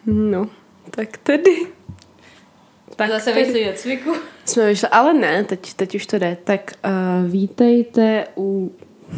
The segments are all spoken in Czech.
No, tak tedy. Tak zase vyšli od cviku. Jsme vyšli, ale ne, teď už to jde. Tak vítejte u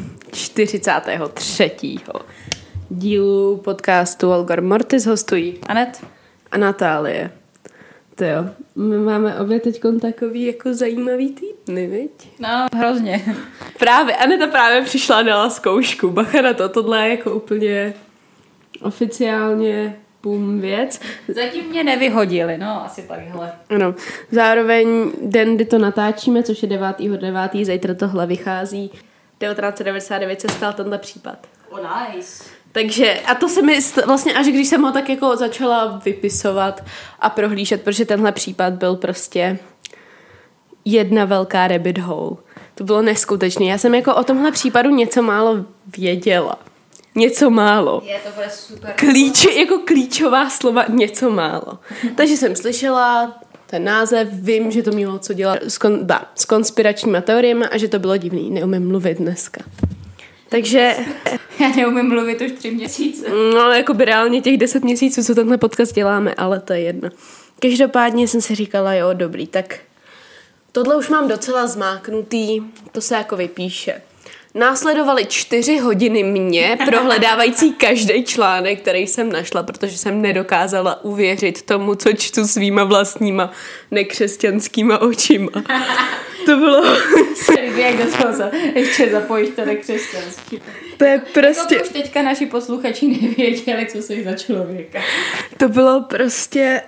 43. dílu podcastu Algor Mortis. Hostují Anet a Natálie. To jo, my máme obě teďkon takový jako zajímavý týdny, viď? No, hrozně. Právě, Aneta právě přišla, dala zkoušku. Bacha na to, tohle je jako úplně oficiálně pum věc. Zatím mě nevyhodili, no, asi takhle. Ano, zároveň den, kdy to natáčíme, což je 9.9., zítra tohle vychází. 1999 se stal tenhle případ. Oh, nice. Takže, a to se mi vlastně, až když jsem ho tak jako začala vypisovat a prohlížet, protože tenhle případ byl prostě jedna velká rabbit hole. To bylo neskutečné. Já jsem jako o tomhle případu něco málo věděla. Něco málo. Je, to bude super. Jako klíčová slova něco málo. Takže jsem slyšela ten název, vím, že to mělo co dělat s konspiračníma teoriemi a že to bylo divný. Neumím mluvit dneska. Takže... Já neumím mluvit už 3 měsíce. No, jako by reálně těch 10 měsíců, co tenhle podcast děláme, ale to je jedno. Každopádně jsem si říkala, jo, dobrý, tak tohle už mám docela zmáknutý, to se jako vypíše. Následovaly 4 hodiny mě, prohledávající každý článek, který jsem našla, protože jsem nedokázala uvěřit tomu, co čtu svýma vlastníma nekřesťanskýma očima. To bylo... Jak do toho ještě zapojíš to nekřesťanský. To je prostě... Jako už teďka naši posluchači nevěděli, co jsi za člověka. To bylo prostě...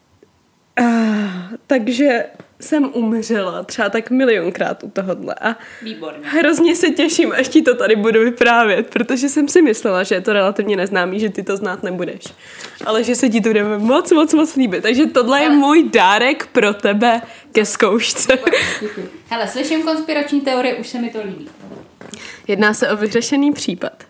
takže jsem umřela třeba tak milionkrát u tohohle a výborně. Hrozně se těším, až ti to tady budu vyprávět, protože jsem si myslela, že je to relativně neznámý, že ty to znát nebudeš, ale že se ti to bude moc líbit, takže tohle je můj dárek pro tebe ke zkoušce. Děkuji. Hele, slyším konspirační teorie, už se mi to líbí. Jedná se o vyřešený případ.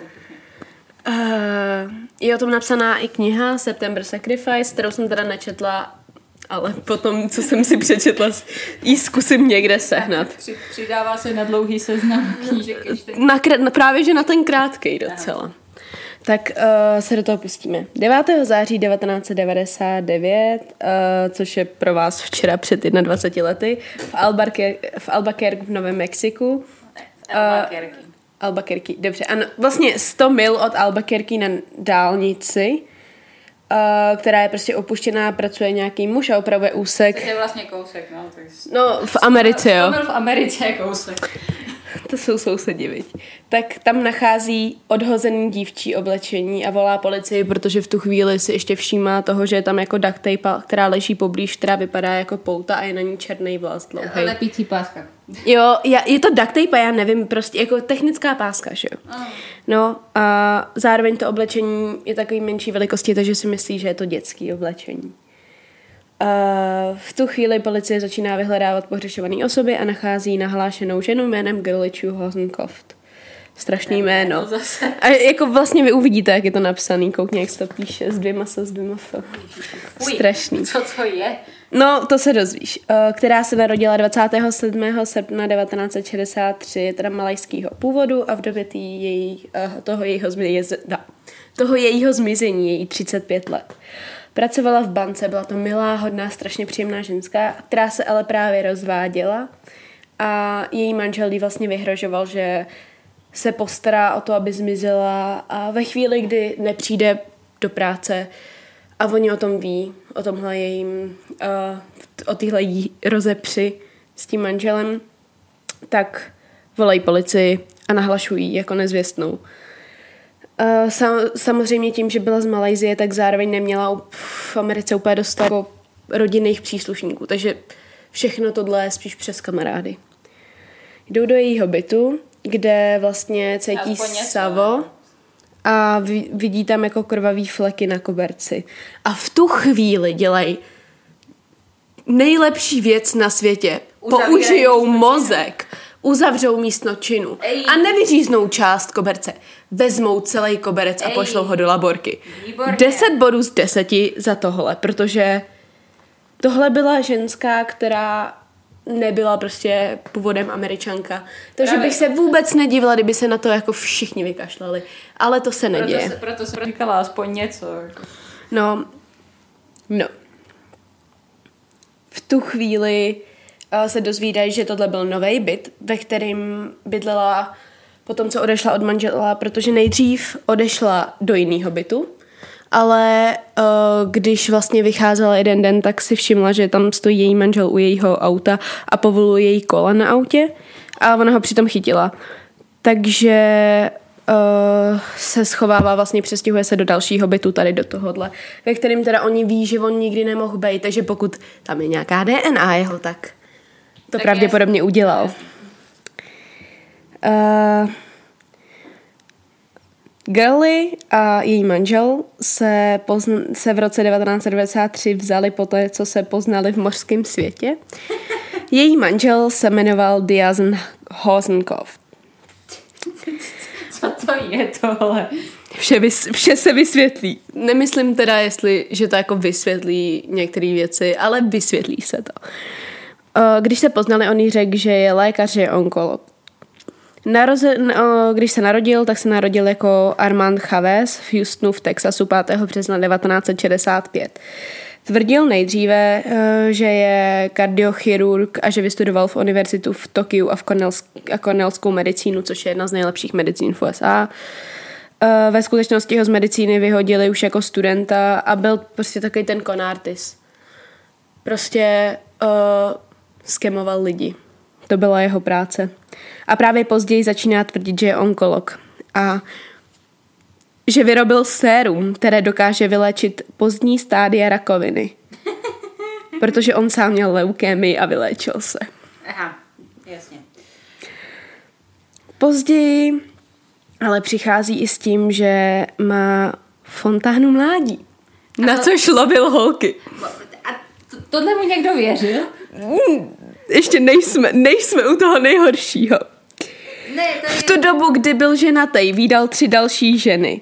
Je o tom napsaná i kniha September Sacrifice, kterou jsem teda nečetla, ale potom, co jsem si přečetla, ji zkusím někde sehnat. Přidává se na dlouhý seznam knížek. Právě, že na ten krátkej docela. Aha. Tak se do toho pustíme. 9. září 1999, což je pro vás včera před 21 lety, v Albuquerque v Novém Mexiku. Albuquerque, dobře. Ano, vlastně 100 mil od Albuquerque na dálnici, která je prostě opuštěná, pracuje nějaký muž a opravuje úsek. To je vlastně kousek, no. No, v Americe, jo. To byl v Americe kousek. To jsou sousedi, viď. Tak tam nachází odhozený dívčí oblečení a volá policii, protože v tu chvíli si ještě všímá toho, že je tam jako duct tape, která leží poblíž, která vypadá jako pouta a je na ní černý vlas dlouhej. Lepící páska. Jo, je to duct tape a já nevím, prostě jako technická páska, že jo. No a zároveň to oblečení je takový menší velikosti, takže si myslí, že je to dětský oblečení. V tu chvíli policie začíná vyhledávat pohřešované osoby a nachází nahlášenou ženu jménem Girlie Chu Hosencroft. Strašný jméno. A jako vlastně vy uvidíte, jak je to napsaný. Koukni, jak se to píše. S 2 F. Strašný. Co to je? No, to se dozvíš. Která se narodila 27. srpna 1963, je teda malajského původu a v době toho jejího zmizení je jí 35 let. Pracovala v bance, byla to milá, hodná, strašně příjemná ženská, která se ale právě rozváděla a její manžel jí vlastně vyhrožoval, že se postará o to, aby zmizela a ve chvíli, kdy nepřijde do práce a oni o tom ví, o tomhle jejím, o téhle rozepři s tím manželem, tak volají policii a nahlašují jako nezvěstnou. Samozřejmě tím, že byla z Malajsie, tak zároveň neměla v Americe úplně dost jako rodinných příslušníků, takže všechno tohle je spíš přes kamarády. Jdou do jejího bytu, kde vlastně cítí savo a vidí tam jako krvavý fleky na koberci. A v tu chvíli dělají nejlepší věc na světě. Použijou mozek. Uzavřou místo činu a nevyříznou část koberce. Vezmou celý koberec a pošlou ho do laborky. Výborně. 10 bodů z 10 za tohle, protože tohle byla ženská, která nebyla prostě původem Američanka. Takže bych se vůbec nedivila, kdyby se na to jako všichni vykašlali. Ale to se neděje. Proto se říkala aspoň něco. No, No. V tu chvíli se dozvídají, že tohle byl nový byt, ve kterém bydlela po tom, co odešla od manžela, protože nejdřív odešla do jiného bytu, ale když vlastně vycházela jeden den, tak si všimla, že tam stojí její manžel u jejího auta a povoluje její kola na autě a ona ho přitom chytila. Takže se schovává, vlastně přestěhuje se do dalšího bytu, tady do tohohle, ve kterým teda oni ví, že on nikdy nemohl být, takže pokud tam je nějaká DNA jeho, tak to tak pravděpodobně udělal. Girly a její manžel se v roce 1993 vzali po té, co se poznali v mořském světě. Její manžel se jmenoval Diazn Hosenkopf. Co to je tohle? Vše se vysvětlí. Nemyslím teda, že to jako vysvětlí některé věci, ale vysvětlí se to. Když se poznali, on jí řekl, že je lékař, že je onkolog. Když se narodil, tak se narodil jako Armand Chavez v Houstonu v Texasu 5. března 1965. Tvrdil nejdříve, že je kardiochirurg a že vystudoval v univerzitu v Tokiu a kornelskou medicínu, což je jedna z nejlepších medicín v USA. Ve skutečnosti ho z medicíny vyhodili už jako studenta a byl prostě takový ten con artist. Prostě skemoval lidi. To byla jeho práce. A právě později začíná tvrdit, že je onkolog a že vyrobil sérum, které dokáže vyléčit pozdní stádia rakoviny. Protože on sám měl leukémii a vyléčil se. Aha, jasně. Později ale přichází i s tím, že má fontánu mládí. Na což lobil holky. A tohle mu někdo věřil? Ještě nejsme u toho nejhoršího. Ne, v tu dobu, kdy byl ženatý, vídal 3 další ženy.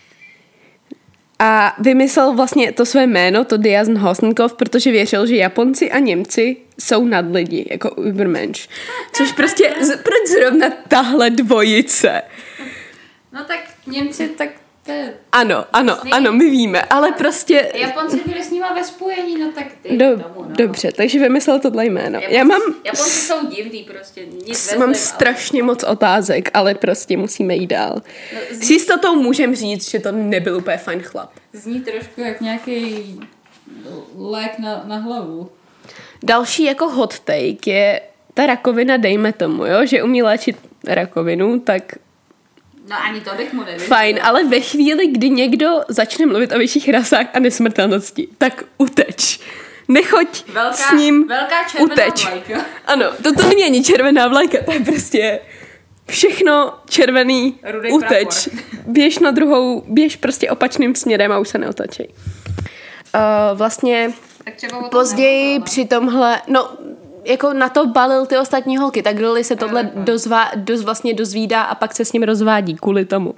A vymyslel vlastně to své jméno, to Diazn Hosenkopf, protože věřil, že Japonci a Němci jsou nad lidi, jako Übermensch. Což prostě, proč zrovna tahle dvojice? No tak Němci, tak to je... Ano, my víme, ale prostě... Japonci byli s nima ve spojení, no tak ty tomu, no. Dobře, takže vymyslel tohle jméno. Japonci jsou divný prostě. Mám strašně moc otázek, ale prostě musíme jít dál. No, s jistotou můžem říct, že to nebyl úplně fajn chlap. Zní trošku jak nějaký lék na hlavu. Další jako hot take je ta rakovina, dejme tomu, jo, že umí léčit rakovinu, tak... No ani to bych mu nevěděl. Fajn, ale ve chvíli, kdy někdo začne mluvit o vyšších rasách a nesmrtelnosti, tak uteč. Nechoď s ním, velká červená uteč. Vlajka. Ano, toto není ani červená vlajka, to je prostě všechno červený, Rudej uteč. Běž prostě opačným směrem a už se neotačej. Vlastně později při tomhle, jako na to balil ty ostatní holky, tak Girly se tohle vlastně dozvídá a pak se s ním rozvádí kvůli tomu.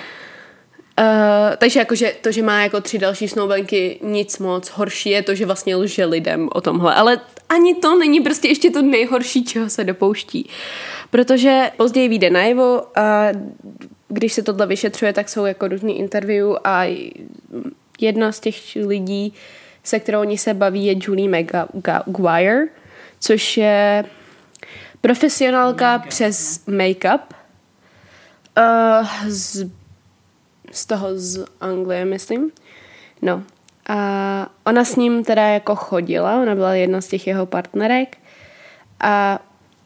Takže jakože to, že má jako 3 další snoubenky, nic moc. Horší je to, že vlastně lže lidem o tomhle. Ale ani to není prostě ještě to nejhorší, čeho se dopouští. Protože později vyjde najevo a když se tohle vyšetřuje, tak jsou jako různý interview a jedna z těch lidí, se kterou oni se baví, je Julie Maguire, což je profesionálka přes make-up z Anglie, myslím. No. A ona s ním teda jako chodila, ona byla jedna z těch jeho partnerek a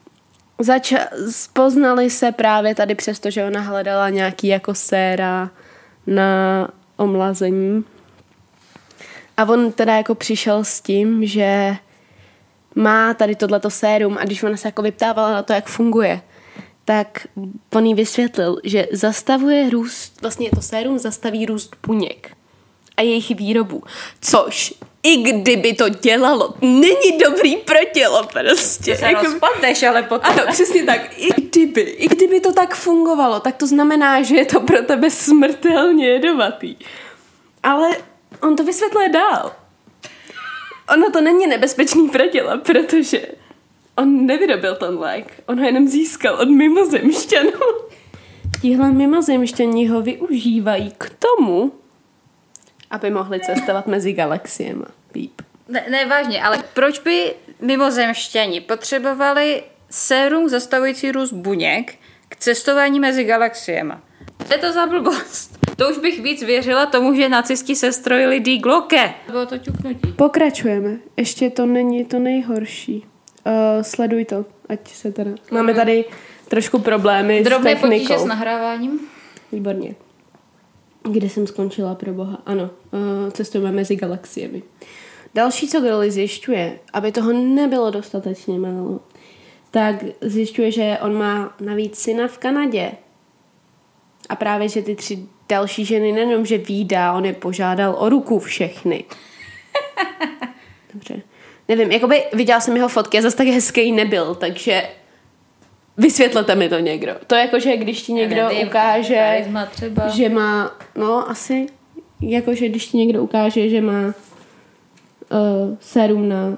poznali se právě tady přesto, že ona hledala nějaký jako séra na omlazení. A on teda jako přišel s tím, že má tady tohleto sérum a když ona se jako vyptávala na to, jak funguje, tak on jí vysvětlil, že zastavuje růst, vlastně to sérum zastaví růst buněk a jejich výrobu, což i kdyby to dělalo, není dobrý pro tělo prostě. To se rozpadneš, ale potom. Ano, přesně tak. I kdyby to tak fungovalo, tak to znamená, že je to pro tebe smrtelně jedovatý. Ale on to vysvětluje dál. Ono to není nebezpečný pro tělo, protože on nevyrobil ten lék. On ho jenom získal od mimozemšťanů. Tihle mimozemšťaní ho využívají k tomu, Aby mohli cestovat mezi galaxiemi. Píp. Ne, vážně, ale proč by mimozemšťani potřebovali sérum zastavující růst buněk k cestování mezi galaxiemi? Co je to za blbost? To už bych víc věřila tomu, že nacisti sestrojili Die Glocke. Bylo to ťuknutí. Pokračujeme. Ještě to není to nejhorší. Sleduj to, ať se teda... Máme tady trošku problémy Drobné s technikou. potíže s nahráváním. Výborně. Kde jsem skončila, pro boha? Ano, cestujeme mezi galaxiemi. Další, co Gurley zjišťuje, aby toho nebylo dostatečně málo, tak zjišťuje, že on má navíc syna v Kanadě. A právě, že ty 3 další ženy nejenom, že vídá, on je požádal o ruku všechny. Dobře. Nevím, jakoby viděla jsem jeho fotky a zase tak hezký nebyl, takže vysvětlete mi to někdo. To jakože, když ti někdo ukáže, že má, no asi, jakože když ti někdo ukáže, že má sérum na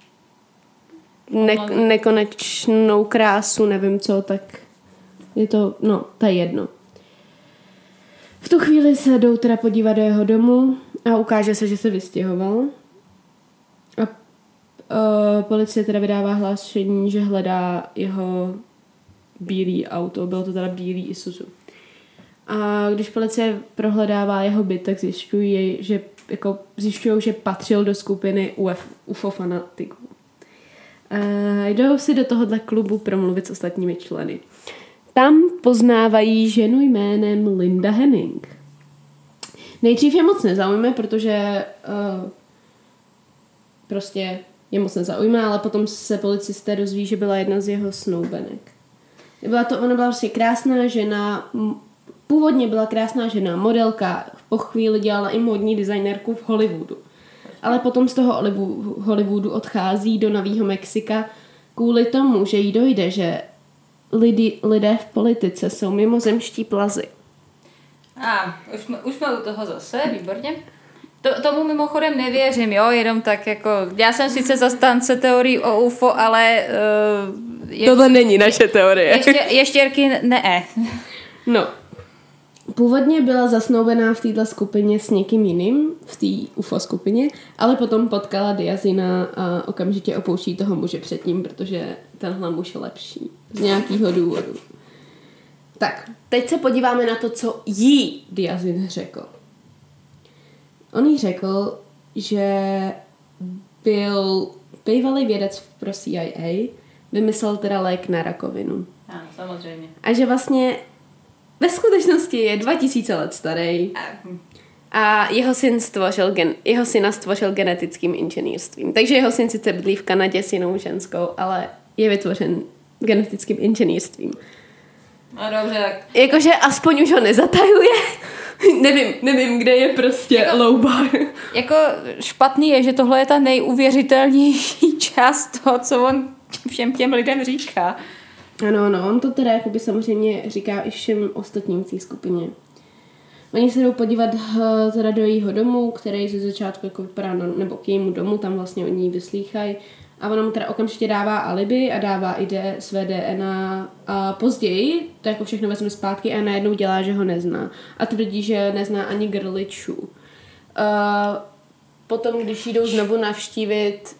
nekonečnou krásu, nevím co, tak je to, no, to je jedno. V tu chvíli se jdou teda podívat do jeho domu a ukáže se, že se vystěhoval. A policie teda vydává hlášení, že hledá jeho bílý auto. Bylo to teda bílý Isuzu. A když policie prohledává jeho byt, tak zjišťují, že patřil do skupiny UFO fanatiků. Jdou si do tohohle klubu promluvit s ostatními členy. Tam poznávají ženu jménem Linda Henning. Nejdřív je moc nezaujme, protože prostě je moc nezaujme, ale potom se policisté dozví, že byla jedna z jeho snoubenek. Ona byla prostě krásná žena, původně byla krásná žena, modelka, po chvíli dělala i módní designérku v Hollywoodu. Ale potom z toho Hollywoodu odchází do Nového Mexika kvůli tomu, že jí dojde, že lidé v politice jsou mimozemští plazy. Už jsme u toho zase, výborně. Tomu mimochodem nevěřím, jo, jenom tak jako, já jsem sice zastánce teorií o UFO, ale... Tohle není naše teorie. Ještěrky ne. No. Původně byla zasnoubená v této skupině s někým jiným, v té UFO skupině, ale potom potkala Diazina a okamžitě opouští toho muže předtím, protože tenhle muž je lepší. Z nějakého důvodu. Tak, teď se podíváme na to, co jí Diazin řekl. On jí řekl, že byl bývalý vědec pro CIA, vymyslel teda lék na rakovinu. Ano, samozřejmě. A že vlastně ve skutečnosti je 2000 let starý a jeho syna stvořil genetickým inženýrstvím. Takže jeho syn sice bydlí v Kanadě s jinou ženskou, ale je vytvořen genetickým inženýrstvím. No dobře, tak... Jakože aspoň už ho nezatajuje. nevím, kde je prostě low bar. Jako špatný je, že tohle je ta nejuvěřitelnější část toho, co on všem těm lidem říká. Ano, on to teda jakoby samozřejmě říká i všem ostatním v té skupině. Oni se jdou podívat teda do jejího domu, který ze začátku jako vypadá, nebo k jejímu domu, tam vlastně oni ji vyslýchají. A ona mu teda okamžitě dává alibi a dává i své DNA. A později to jako všechno vezme zpátky a najednou dělá, že ho nezná. A tvrdí, že nezná ani Grličů. Potom, když jdou znovu navštívit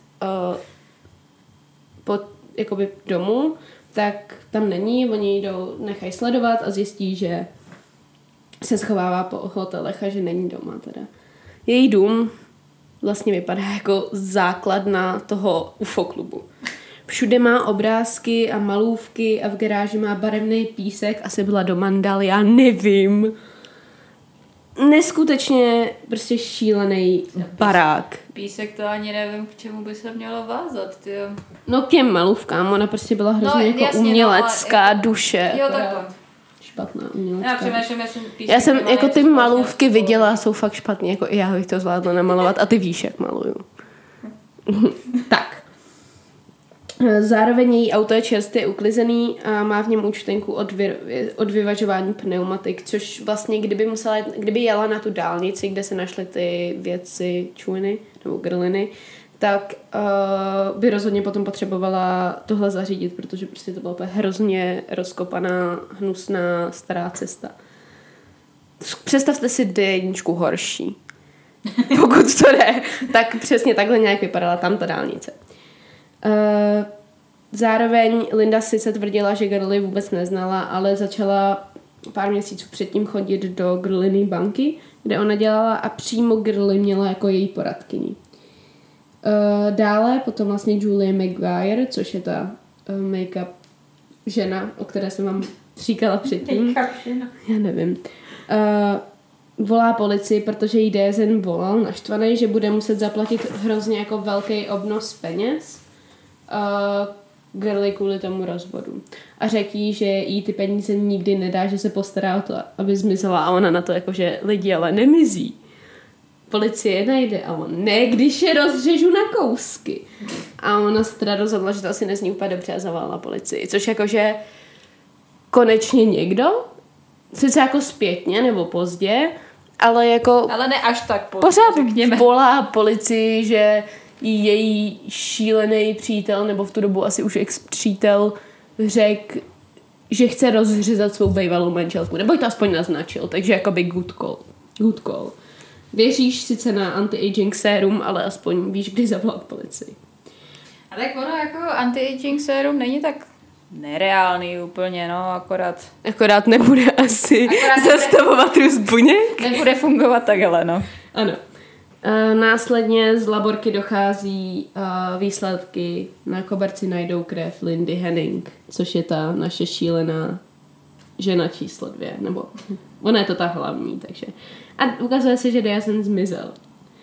jakoby domů, tak tam není, oni jdou, nechají sledovat a zjistí, že se schovává po hotelech a že není doma teda. Její dům vlastně vypadá jako základna toho UFO klubu. Všude má obrázky a malůvky a v garáži má barevný písek, asi byla do mandal, já nevím. Neskutečně prostě šílený barák. Písek to ani nevím, k čemu by se mělo vázat, tyjo. No k těm malůvkám, ona prostě byla hrozně jako jasně, umělecká duše. Jo, takhle. Špatná umělecká. Já přemýšlím, jestli písek. Já jsem jako ty malůvky viděla, jsou fakt špatný, jako i já bych to zvládla namalovat a ty víš, jak maluju. Tak. Zároveň její auto je čerstvě uklizený a má v něm účtenku od vyvažování pneumatik, což vlastně, kdyby jela na tu dálnici, kde se našly ty věci, čuiny nebo grliny, tak by rozhodně potom potřebovala tohle zařídit, protože prostě to byla hrozně rozkopaná, hnusná, stará cesta. Představte si D1 horší. Pokud to jde, tak přesně takhle nějak vypadala tam ta dálnice. Zároveň Linda sice tvrdila, že Gurley vůbec neznala, ale začala pár měsíců předtím chodit do Gurleyny banky, kde ona dělala a přímo Gurley měla jako její poradkyni. Dále potom vlastně Julie McGuire, což je ta make-up žena, o které jsem vám říkala předtím. Make-up žena. Já nevím. Volá policii, protože jí DSN volal naštvaný, že bude muset zaplatit hrozně jako velký obnos peněz Gurley kvůli tomu rozvodu. A řekl jí, že jí ty peníze nikdy nedá, že se postará o to, aby zmizela, a ona na to jako, že lidi ale nemizí. Policie najde a on ne, když je rozřežu na kousky. A ona se teda rozhodla, že to asi nezní úplně dobře a zavolala policii. Což jakože konečně někdo, sice jako zpětně nebo pozdě, ale jako Ale ne až tak pozdě, pořád řekněme. volá policii, že její šílený přítel, nebo v tu dobu asi už ex-přítel, řekl, že chce rozřezat svou bývalou manželku. Nebo jí to aspoň naznačil, takže jakoby good call. Good call. Věříš sice na anti-aging sérum, ale aspoň víš, kdy zavolat policii. A tak ono jako anti-aging sérum není tak nereálný úplně, no, Akorát nebude asi zastavovat růst buněk. nebude fungovat takhle, no. Ano. Následně z laborky dochází výsledky. Na koberci najdou krev Lindy Henning, což je ta naše šílená žena číslo 2, nebo ona je to ta hlavní, takže. A ukazuje se, že Diazen zmizel.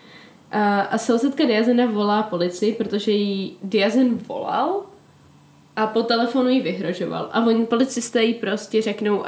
A sousedka Diazena volá policii, protože jí Diazen volal a po telefonu jí vyhrožoval. A oni policisté jí prostě řeknou,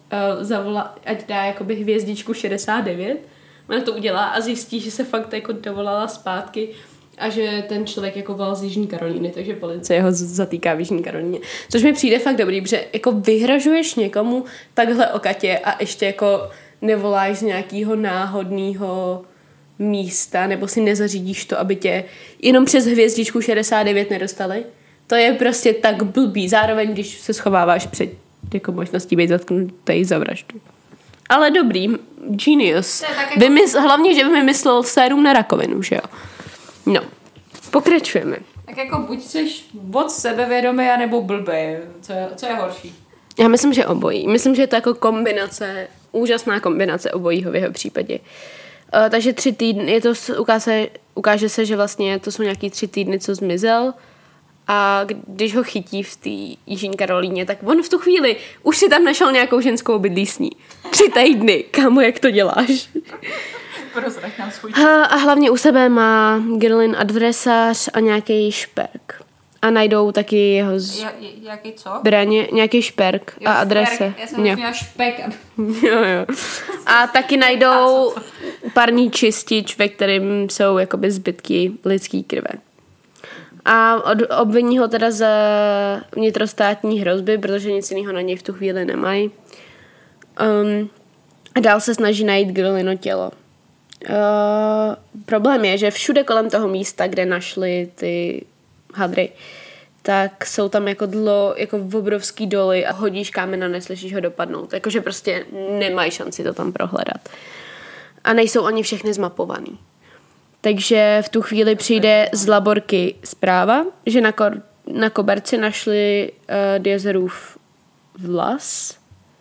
ať dá jakoby hvězdičku 69. Ona to udělá a zjistí, že se fakt jako dovolala zpátky a že ten člověk jako volal z Jižní Karolíny, takže policie ho zatýká v Jižní Karolíně. Což mi přijde fakt dobrý, protože jako vyhražuješ někomu takhle o Katě a ještě jako nevoláš z nějakého náhodného místa nebo si nezařídíš to, aby tě jenom přes hvězdičku 69 nedostali. To je prostě tak blbý. Zároveň, když se schováváš před jako možností být zatknutý za vraždu. Ale dobrý, genius. Jako... Hlavně, že vymyslel sérum na rakovinu, že jo? No, pokračujeme. Tak jako buď jsi moc sebevědomý, anebo blbý. Co je horší? Já myslím, že obojí. Myslím, že je to jako kombinace, úžasná kombinace obojího v jeho případě. Takže 3 týdny, ukáže se, že vlastně to jsou nějaký 3 týdny, co zmizel. A když ho chytí v té Jižní Karolíně, tak on v tu chvíli už si tam našel nějakou ženskou bydlí s ní. 3 týdny. Kámo, jak to děláš? Prozrať nám svůj A hlavně u sebe má Gurlin adresář a nějaký šperk. A najdou taky jeho jaký co? zbraně, nějaký šperk a adrese. Já jsem měla špek. Jo. A taky najdou parní čistič, ve kterém jsou jakoby zbytky lidský krve. A obviní ho teda za vnitrostátní hrozby, protože nic jiného na něj v tu chvíli nemají. A dál se snaží najít Gurlino tělo. Problém je, že všude kolem toho místa, kde našli ty hadry, tak jsou tam jako obrovský doly a hodíš kámen a neslyšíš ho dopadnout. Jakože prostě nemají šanci to tam prohledat. A nejsou ani všechny zmapovaný. Takže v tu chvíli přijde z laborky zpráva, že na koberci našli Diazerův vlas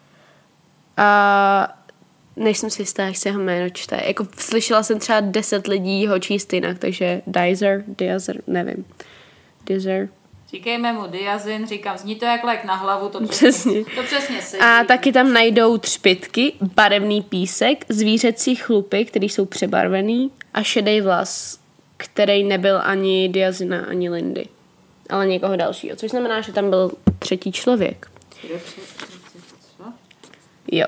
a nejsem si jistá, jak se jeho jméno čte. Jako slyšela jsem třeba 10 lidí ho číst jinak, takže Diazer, nevím. Diazer. Říkejme mu Diazin, říkám, zní to jak lék na hlavu, to přesně sedí. A taky tam najdou třpytky, barevný písek, zvířecí chlupy, které jsou přebarvený a šedý vlas, který nebyl ani Diazina, ani Lindy, ale někoho dalšího, což znamená, že tam byl 3. člověk. Jo.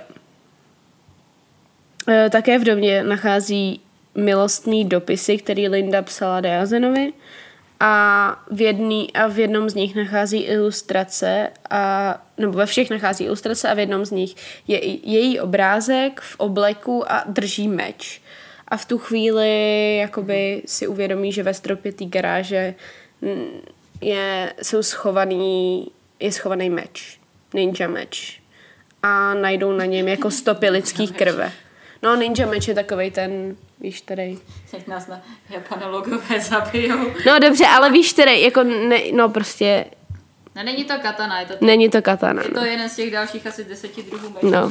Také v domě nachází milostný dopisy, který Linda psala Diazinovi a v jednom z nich nachází ilustrace nebo ve všech nachází ilustrace a v jednom z nich je její obrázek v obleku a drží meč. A v tu chvíli jakoby si uvědomí, že ve stropě té garáže je schovaný meč, ninja meč. A najdou na něm jako stopy lidských krve. No, ninja meč je takovej ten, víš, který. Teď nás na japanologové zabijou. No dobře, ale víš, který, jako, ne, no prostě... No, není to katana, je to... Není to katana, Je to no. jeden z těch dalších asi 10 druhů mečů. No.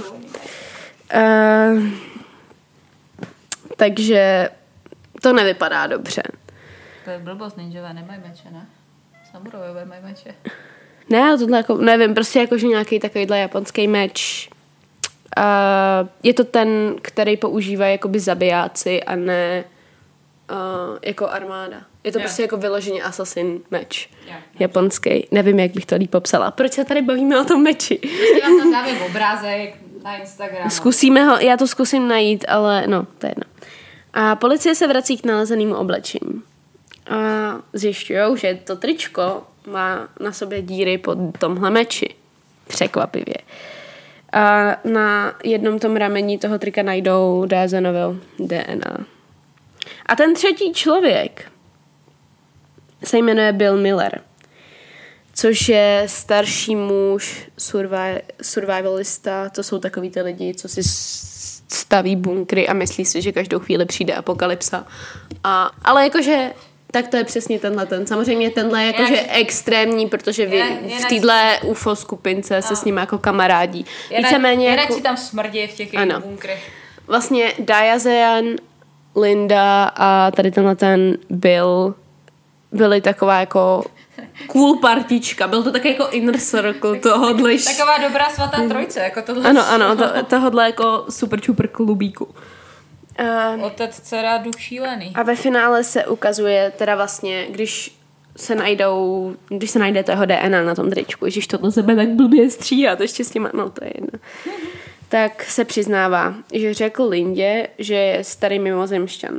Takže to nevypadá dobře. To je blbost, ninjové nemají meče, ne? Samurajové mají meče. Ne, ale tohle jako, nevím, prostě jako, že nějaký takovýhle japonský meč. Je to ten, který používají jakoby zabijáci a ne jako armáda. Je to prostě jako vyloženě assassin meč. Japonský. Nevím, jak bych to líp popsala. Proč se tady bavíme o tom meči? Prostě vám tam dáme obrázek na Instagramu. Zkusíme ho, já to zkusím najít, ale no, to je jedno. A policie se vrací k nalezenému oblečení. A zjišťujou, že to tričko má na sobě díry pod tomhle meči. Překvapivě. A na jednom tom rameni toho trika najdou Diazonovo DNA. A ten třetí člověk se jmenuje Bill Miller, což je starší muž, survivalista, to jsou takový ty lidi, co si staví bunkry a myslí si, že každou chvíli přijde apokalypsa. Ale jakože tak to je přesně tenhle ten. Samozřejmě tenhle je jakože extrémní, protože v téhle UFO skupince se s ním jako kamarádí. Víceméně jako... si tam smrdí v těch bunkrech. Vlastně Diazen, Linda a tady tenhle ten Bill byli taková jako cool partička. Byl to tak jako inner circle tohodle. Taková dobrá svatá trojce, jako tohle. Ano, tohodle jako super čuper klubíku. Otec, dcera, duch šílený. A ve finále se ukazuje, teda vlastně, když se najde toho DNA na tom tričku, ježiš, tohle se bude tak blbě stříhat, ještě s těma, no to je jedno. Tak se přiznává, že řekl Lindě, že je starý mimozemšťan.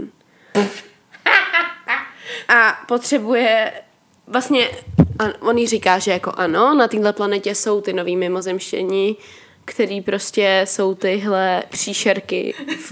A potřebuje, vlastně, on jí říká, že jako ano, na této planetě jsou ty nový mimozemštění, který prostě jsou tyhle příšerky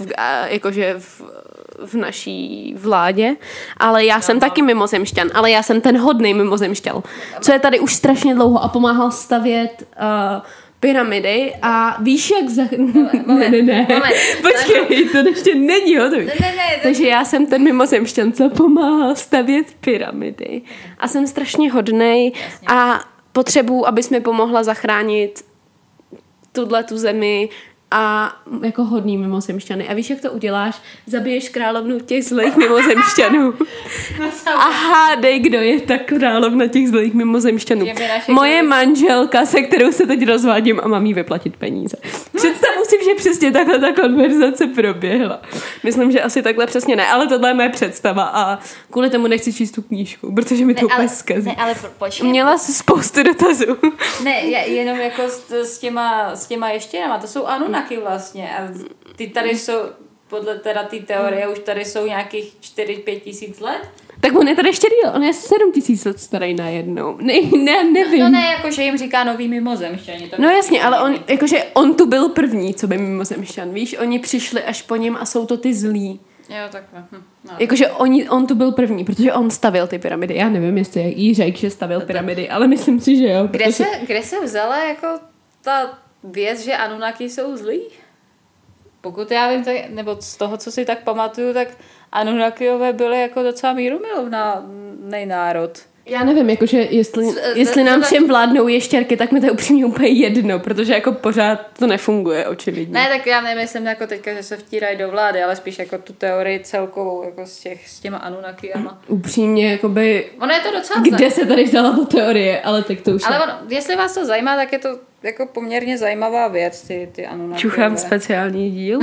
v naší vládě, ale já jsem taky mimozemšťan, ale já jsem ten hodnej mimozemšťan, co je tady už strašně dlouho a pomáhal stavět pyramidy a víš, jak Ne. Počkej, to ještě není hotový. Takže já jsem ten mimozemšťan, co pomáhal stavět pyramidy a jsem strašně hodnej a potřebuji, abys mi pomohla zachránit tu zemi a jako hodný mimozemšťany. A víš, jak to uděláš? Zabiješ královnu těch zlých mimozemšťanů. A hádej, kdo je ta královna těch zlých mimozemšťanů. Moje manželka, se kterou se teď rozvádím a mám jí vyplatit peníze. Představu si, že přesně takhle ta konverzace proběhla. Myslím, že asi takhle přesně ne, ale tohle je moje představa a kvůli tomu nechci číst tu knížku, protože mi to úplně zkazí. Ne, ale počkej. Měla jsi spoustu dotazů. Ne, jenom jako s těma ještěnama, to jsou Anunnaki vlastně a ty tady jsou, podle teda té teorie, už tady jsou nějakých 4-5 tisíc let. Tak on je tady ještě díl, on je 7 000 let starý najednou. Nevím. No ne, jakože jim říká nový mimozemšťani. No jasně, ale on tu byl první, co by mimozemšťan, víš? Oni přišli až po něm a jsou to ty zlí. Jo, takhle. No. Jakože on tu byl první, protože on stavil ty pyramidy. Já nevím, jestli jí řekl, že stavil pyramidy, ale myslím si, že jo. Kde se vzala jako ta věc, že Anunnaki jsou zlí? Pokud já vím, nebo z toho, co si tak pamatuju, tak Anunnakiové byly jako docela mírumilovný národ. Já nevím, jakože jestli nám všem vládnou ještěrky, tak mi to je upřímně úplně jedno, protože jako pořád to nefunguje, očividně. Ne, tak já nemyslím jako teďka, že se vtírají do vlády, ale spíš jako tu teorii celkovou, jako s těma Anunnakiama. Upřímně, jakoby... Ono je to docela kde se tady vzala ta teorie, ale tak to už... Ale ono, jestli vás to zajímá, tak je to jako poměrně zajímavá věc, ty Anunnaki. Čuchám speciální díl.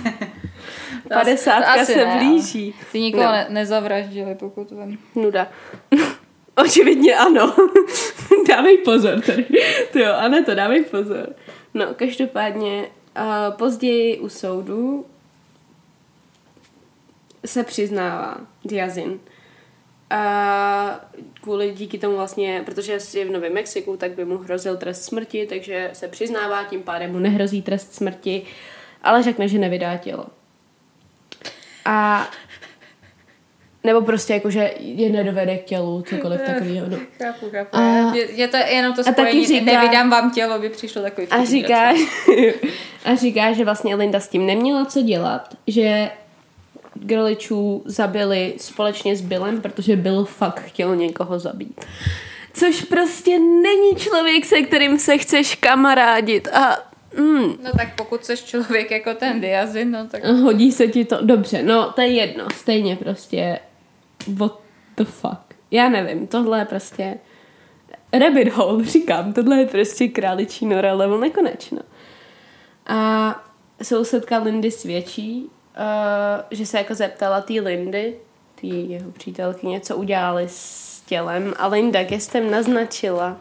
50 se blíží. Ty nikoho nezavraždili, pokud vím. Nuda. Očividně ano. Dávej pozor tady. Jo, Aneto, dávej pozor. No, každopádně později u soudu se přiznává Diazin. Díky tomu vlastně, protože je v Novém Mexiku, tak by mu hrozil trest smrti, takže se přiznává, tím pádem mu nehrozí trest smrti, ale řekne, že nevydá tělo. A Nebo prostě jako, že je nedovede k tělu, cokoliv takového. No. Chápu. Je to jenom to spojení, říká, nevydám vám tělo, by přišlo takový a říká, že vlastně Linda s tím neměla co dělat, že Grlichů zabili společně s Billem, protože Bill fakt chtěl někoho zabít. Což prostě není člověk, se kterým se chceš kamarádit a No tak pokud seš člověk jako ten Diazin, no tak... Hodí se ti to, dobře, no to je jedno, stejně prostě what the fuck. Já nevím, tohle je prostě rabbit hole, říkám, tohle je prostě králičí nora level nekonečno. A sousedka Lindy svědčí, že se jako zeptala té Lindy, té jeho přítelkyně, co udělali s tělem a Linda gestem naznačila,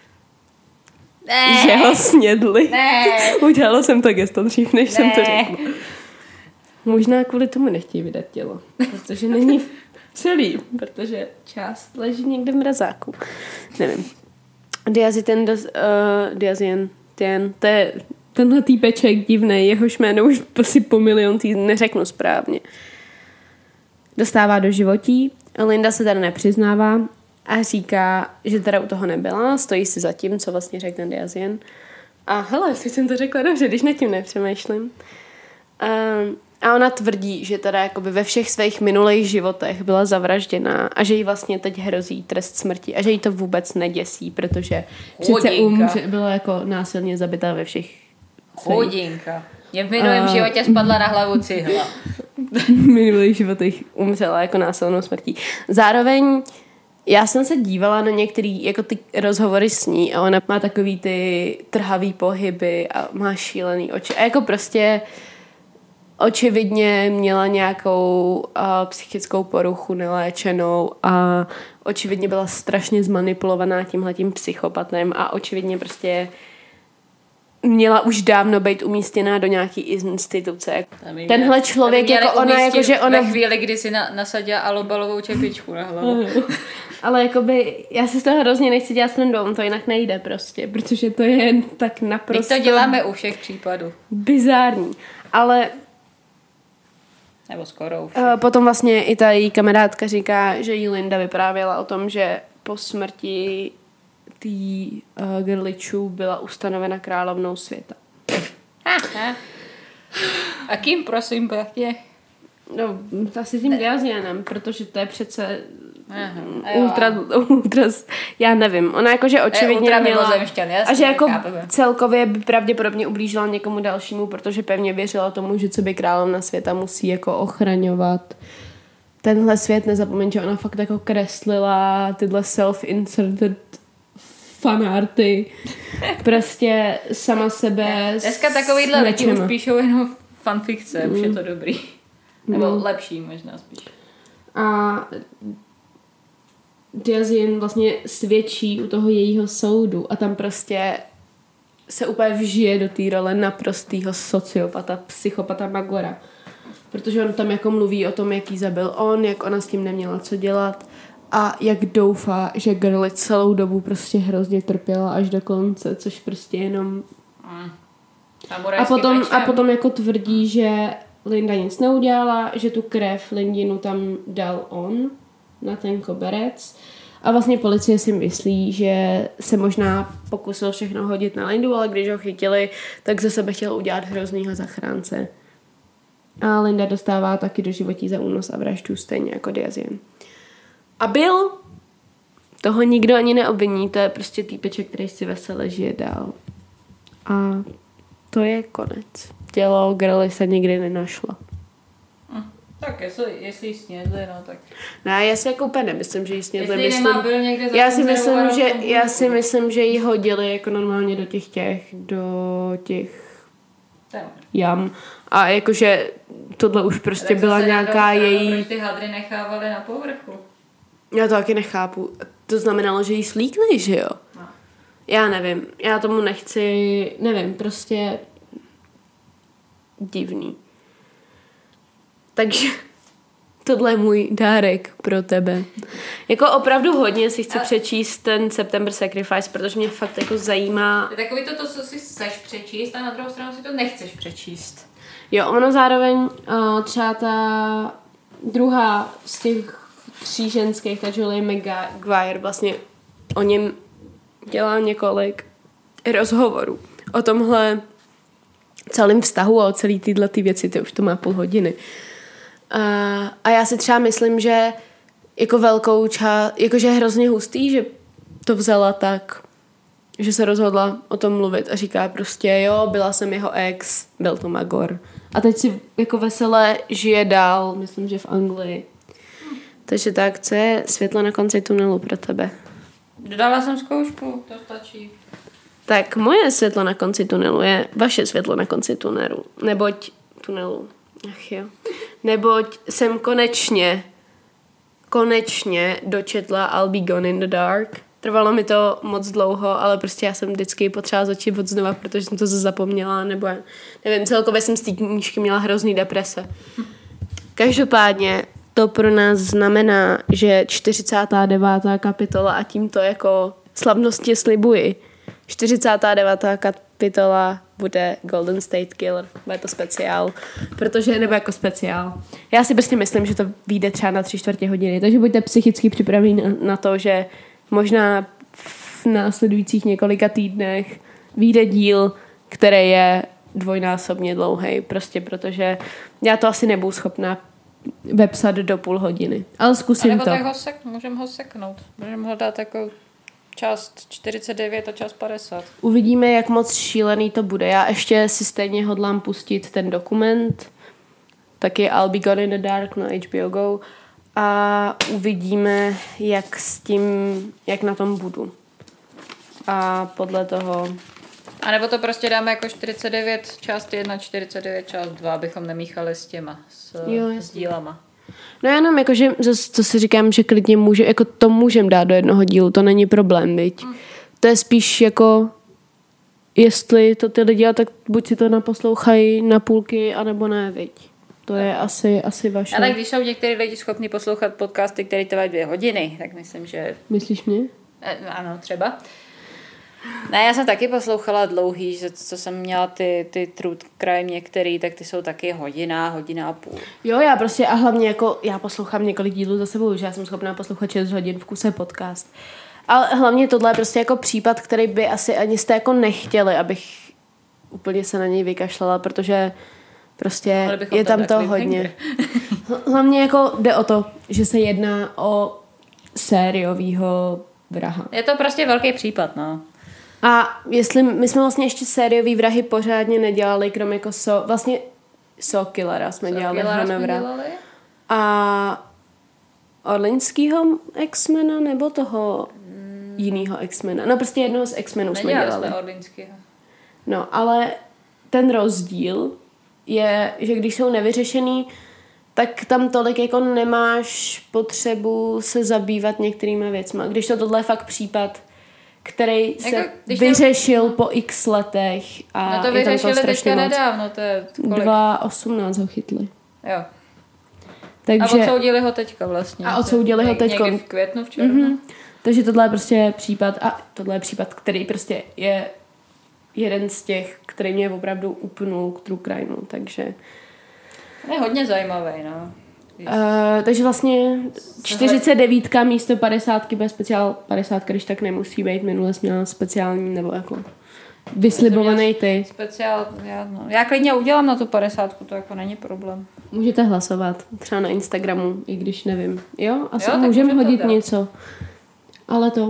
že ho snědli. Udělala jsem to gesto dřív, než jsem to řekla. Možná kvůli tomu nechtějí vydat tělo, protože není celý, protože část leží někde v mrazáku. Nevím. Diazien, to je tenhle týpeček divnej, jehož jméno už asi po milion týdnů neřeknu správně. Dostává do životí, Linda se teda nepřiznává a říká, že teda u toho nebyla, stojí si za tím, co vlastně řekl ten Diazien. A hele, teď jsem to řekla dobře, když nad tím nepřemýšlím. A ona tvrdí, že teda jakoby ve všech svých minulých životech byla zavražděná a že jí vlastně teď hrozí trest smrti a že jí to vůbec neděsí, protože přece byla jako násilně zabitá ve všech Hodinka. Mě v minulém životě spadla na hlavu cihla. V minulých životech umřela jako násilnou smrtí. Zároveň já jsem se dívala na některý jako ty rozhovory s ní a ona má takový ty trhavý pohyby a má šílený oči. A jako prostě očividně měla nějakou psychickou poruchu neléčenou a očividně byla strašně zmanipulovaná tímhletím psychopatem a očividně prostě měla už dávno být umístěná do nějaký instituce. Tenhle člověk jako ona, jako že ona... Ve chvíli, kdy si nasadila alobalovou čepičku na hlavu. Ale jakoby, já si z toho hrozně nechci dělat srandu, to jinak nejde prostě, protože to je tak naprosto... My to děláme u všech případů. Bizární, ale... Nebo skoro u všech. Potom vlastně i ta její kamarádka říká, že jí Linda vyprávěla o tom, že po smrti Grlichů byla ustanovena královnou světa. A kým, prosím, pěkně? No, asi tím Diazienem, protože to je přece ultra, já nevím. Ona jakože očividně měla a že jako celkově by pravděpodobně ublížila někomu dalšímu, protože pevně věřila tomu, že co by královna světa musí jako ochraňovat tenhle svět. Nezapomeň, že ona fakt jako kreslila tyhle self-inserted fanarty. Prostě sama sebe dneska takovýhle lidi už píšou jenom fanfikce, už je to dobrý. Nebo lepší možná spíš. A Diazien vlastně svědčí u toho jejího soudu a tam prostě se úplně vžije do té role naprostýho sociopata, psychopata Magora. Protože on tam jako mluví o tom, jak jí zabil on, jak ona s tím neměla co dělat a jak doufá, že Girly celou dobu prostě hrozně trpěla až do konce, což prostě jenom... A potom jako tvrdí, že Linda nic neudělala, že tu krev Lindinu tam dal on na ten koberec a vlastně policie si myslí, že se možná pokusil všechno hodit na Lindu, ale když ho chytili, tak ze sebe chtěl udělat hroznýho zachránce. A Linda dostává taky do životí za únos a vraždu stejně jako Diazien. A Bill, toho nikdo ani neobviní, to je prostě týpeček, který si vesele žije dál. A to je konec. Tělo Girly se nikdy nenašlo. Tak jestli jí snědli, no tak... Ne, já si jako úplně nemyslím, že jí snědli. Já si myslím, že jí hodili jako normálně do těch jam. A jakože tohle už prostě tak byla nějaká její... Proč ty hadry nechávali na povrchu? Já to taky nechápu. To znamenalo, že jí slíkli, že jo? No. Já nevím. Já tomu nevím, prostě divný. Takže tohle je můj dárek pro tebe. Jako opravdu hodně si chci přečíst ten September Sacrifice, protože mě fakt jako zajímá. Je takový to, co si chceš přečíst a na druhou stranu si to nechceš přečíst. Jo, ono zároveň třeba ta druhá z těch 3 ženských, ta Julie Maguire vlastně o něm dělá několik rozhovorů. O tomhle celém vztahu a o celý tyhle věci, to už to má půl hodiny. A já si třeba myslím, že jako velkou část, jakože je hrozně hustý, že to vzala tak, že se rozhodla o tom mluvit a říká prostě, jo, byla jsem jeho ex, byl to Magor. A teď si jako veselé žije dál, myslím, že v Anglii. Takže tak, co je světlo na konci tunelu pro tebe? Dodala jsem zkoušku, to stačí. Tak moje světlo na konci tunelu je vaše světlo na konci tunelu. Neboť jsem konečně dočetla I'll Be Gone in the Dark. Trvalo mi to moc dlouho, ale prostě já jsem vždycky potřeba začít od znova, protože jsem to zapomněla, nebo nevím, celkově jsem z té knížky měla hrozný deprese. Každopádně to pro nás znamená, že 49. kapitola a tímto jako slavnostně slibuji, 49. kapitola bude Golden State Killer, bude to speciál, nebo jako speciál. Já si prostě myslím, že to vyjde třeba na 3/4 hodiny, takže buďte psychicky připraveni na to, že možná v následujících několika týdnech vyjde díl, který je dvojnásobně dlouhý, prostě protože já to asi nebudu schopná vepsat do půl hodiny. Ale zkusím to. Tak můžeme ho seknout. Můžeme ho dát jako část 49 a část 50. Uvidíme, jak moc šílený to bude. Já ještě si stejně hodlám pustit ten dokument, taky I'll Be Gone in the Dark na HBO Go a uvidíme, jak na tom budu. A podle toho... A nebo to prostě dáme jako 49 část 1, 49 část 2, abychom nemíchali s těma, s dílama. No jenom jakože, to si říkám, že klidně to můžem dát do jednoho dílu, to není problém, viď? To je spíš jako, jestli to ty lidi, tak buď si to naposlouchají na půlky, anebo ne, viď? To je asi vaše. Ale když jsou některý lidi schopni poslouchat podcasty, které trvají 2 hodiny, tak myslím, že... Myslíš mě? Ano, třeba. Ne, já jsem taky poslouchala dlouhý, že co jsem měla ty true crime některý, tak ty jsou taky hodina a půl. Jo, já prostě a hlavně jako já poslouchám několik dílů za sebou, že já jsem schopná poslouchat 6 hodin v kuse podcast. Ale hlavně tohle je prostě jako případ, který by asi ani jste jako nechtěli, abych úplně se na něj vykašlala, protože prostě je tam to hodně. Hlavně jako jde o to, že se jedná o sériovýho vraha. Je to prostě velký případ, no. A jestli my jsme vlastně ještě sériový vrahy pořádně nedělali, krom jako Killera jsme dělali Hanovra. A Orlinskýho X-mena nebo toho jinýho X-mena? No prostě jednoho z X-menů jsme dělali. Jsme Orlinskýho. No, ale ten rozdíl je, že když jsou nevyřešený, tak tam tolik jako nemáš potřebu se zabývat některými věcmi. Když to tohle je fakt případ, který se jako, vyřešil po x letech a no to je tam to strašně moc. Nedávno, to je kolik? 2018 ho chytli. Jo. Takže, a odsoudili ho teďka vlastně. A odsoudili ho teďka. Někdy v květnu, v červnu. Mm-hmm. Takže tohle je prostě případ, který prostě je jeden z těch, který mě opravdu upnul k true crimeu, takže... Je hodně zajímavý, no. Takže vlastně 49 místo 50 bude speciál 50, když tak nemusí být. Minule jsme měla speciální nebo jako vyslibovaný ty. Speciál, já klidně udělám na tu 50, to jako není problém. Můžete hlasovat, třeba na Instagramu, i když nevím. Jo, asi můžeme hodit něco. Ale to.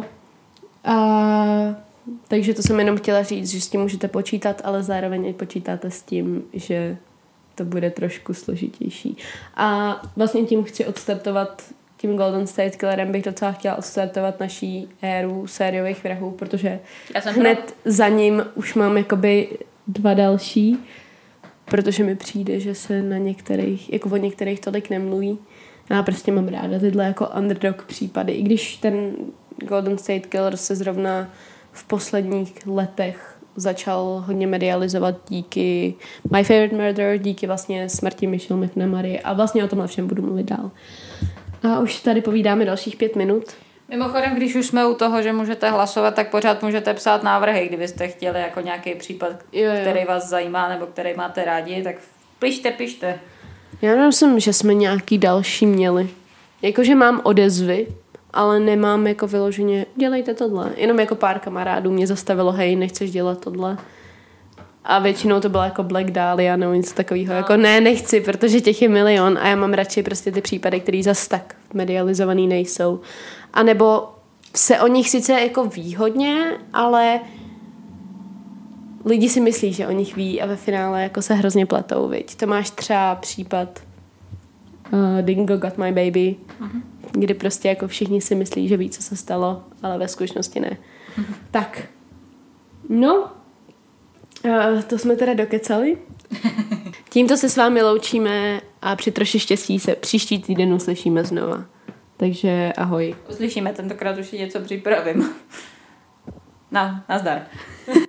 Takže to jsem jenom chtěla říct, že s tím můžete počítat, ale zároveň i počítáte s tím, že to bude trošku složitější. A vlastně tím chci odstartovat, tím Golden State Killerem bych docela chtěla odstartovat naší éru sériových vrahů, protože hned za ním už mám jakoby 2 další, protože mi přijde, že se na některých, jako o některých tolik nemluví. Já prostě mám ráda tyhle jako underdog případy, i když ten Golden State Killer se zrovna v posledních letech začal hodně medializovat díky My Favorite Murder, díky vlastně smrti Michelle McNamary a vlastně o tomhle všem budu mluvit dál. A už tady povídáme dalších 5 minut. Mimochodem, když už jsme u toho, že můžete hlasovat, tak pořád můžete psát návrhy, kdybyste chtěli jako nějaký případ, který vás zajímá nebo který máte rádi, tak pište. Já myslím, že jsme nějaký další měli. Jakože mám odezvy, ale nemám jako vyloženě, dělejte tohle. Jenom jako pár kamarádů mě zastavilo, hej, nechceš dělat tohle. A většinou to bylo jako Black Dahlia nebo něco takového. No. Jako ne, nechci, protože těch je milion a já mám radši prostě ty případy, které zas tak medializovaný nejsou. A nebo se o nich sice jako ví hodně, ale lidi si myslí, že o nich ví a ve finále jako se hrozně pletou, viď. To máš třeba případ Dingo Got My Baby, kdy prostě jako všichni si myslí, že ví, co se stalo, ale ve skutečnosti ne. Tak. No, to jsme teda dokecali. Tímto se s vámi loučíme a při troši štěstí se příští týden uslyšíme znova. Takže ahoj. Uslyšíme, tentokrát už něco připravím. Nazdar.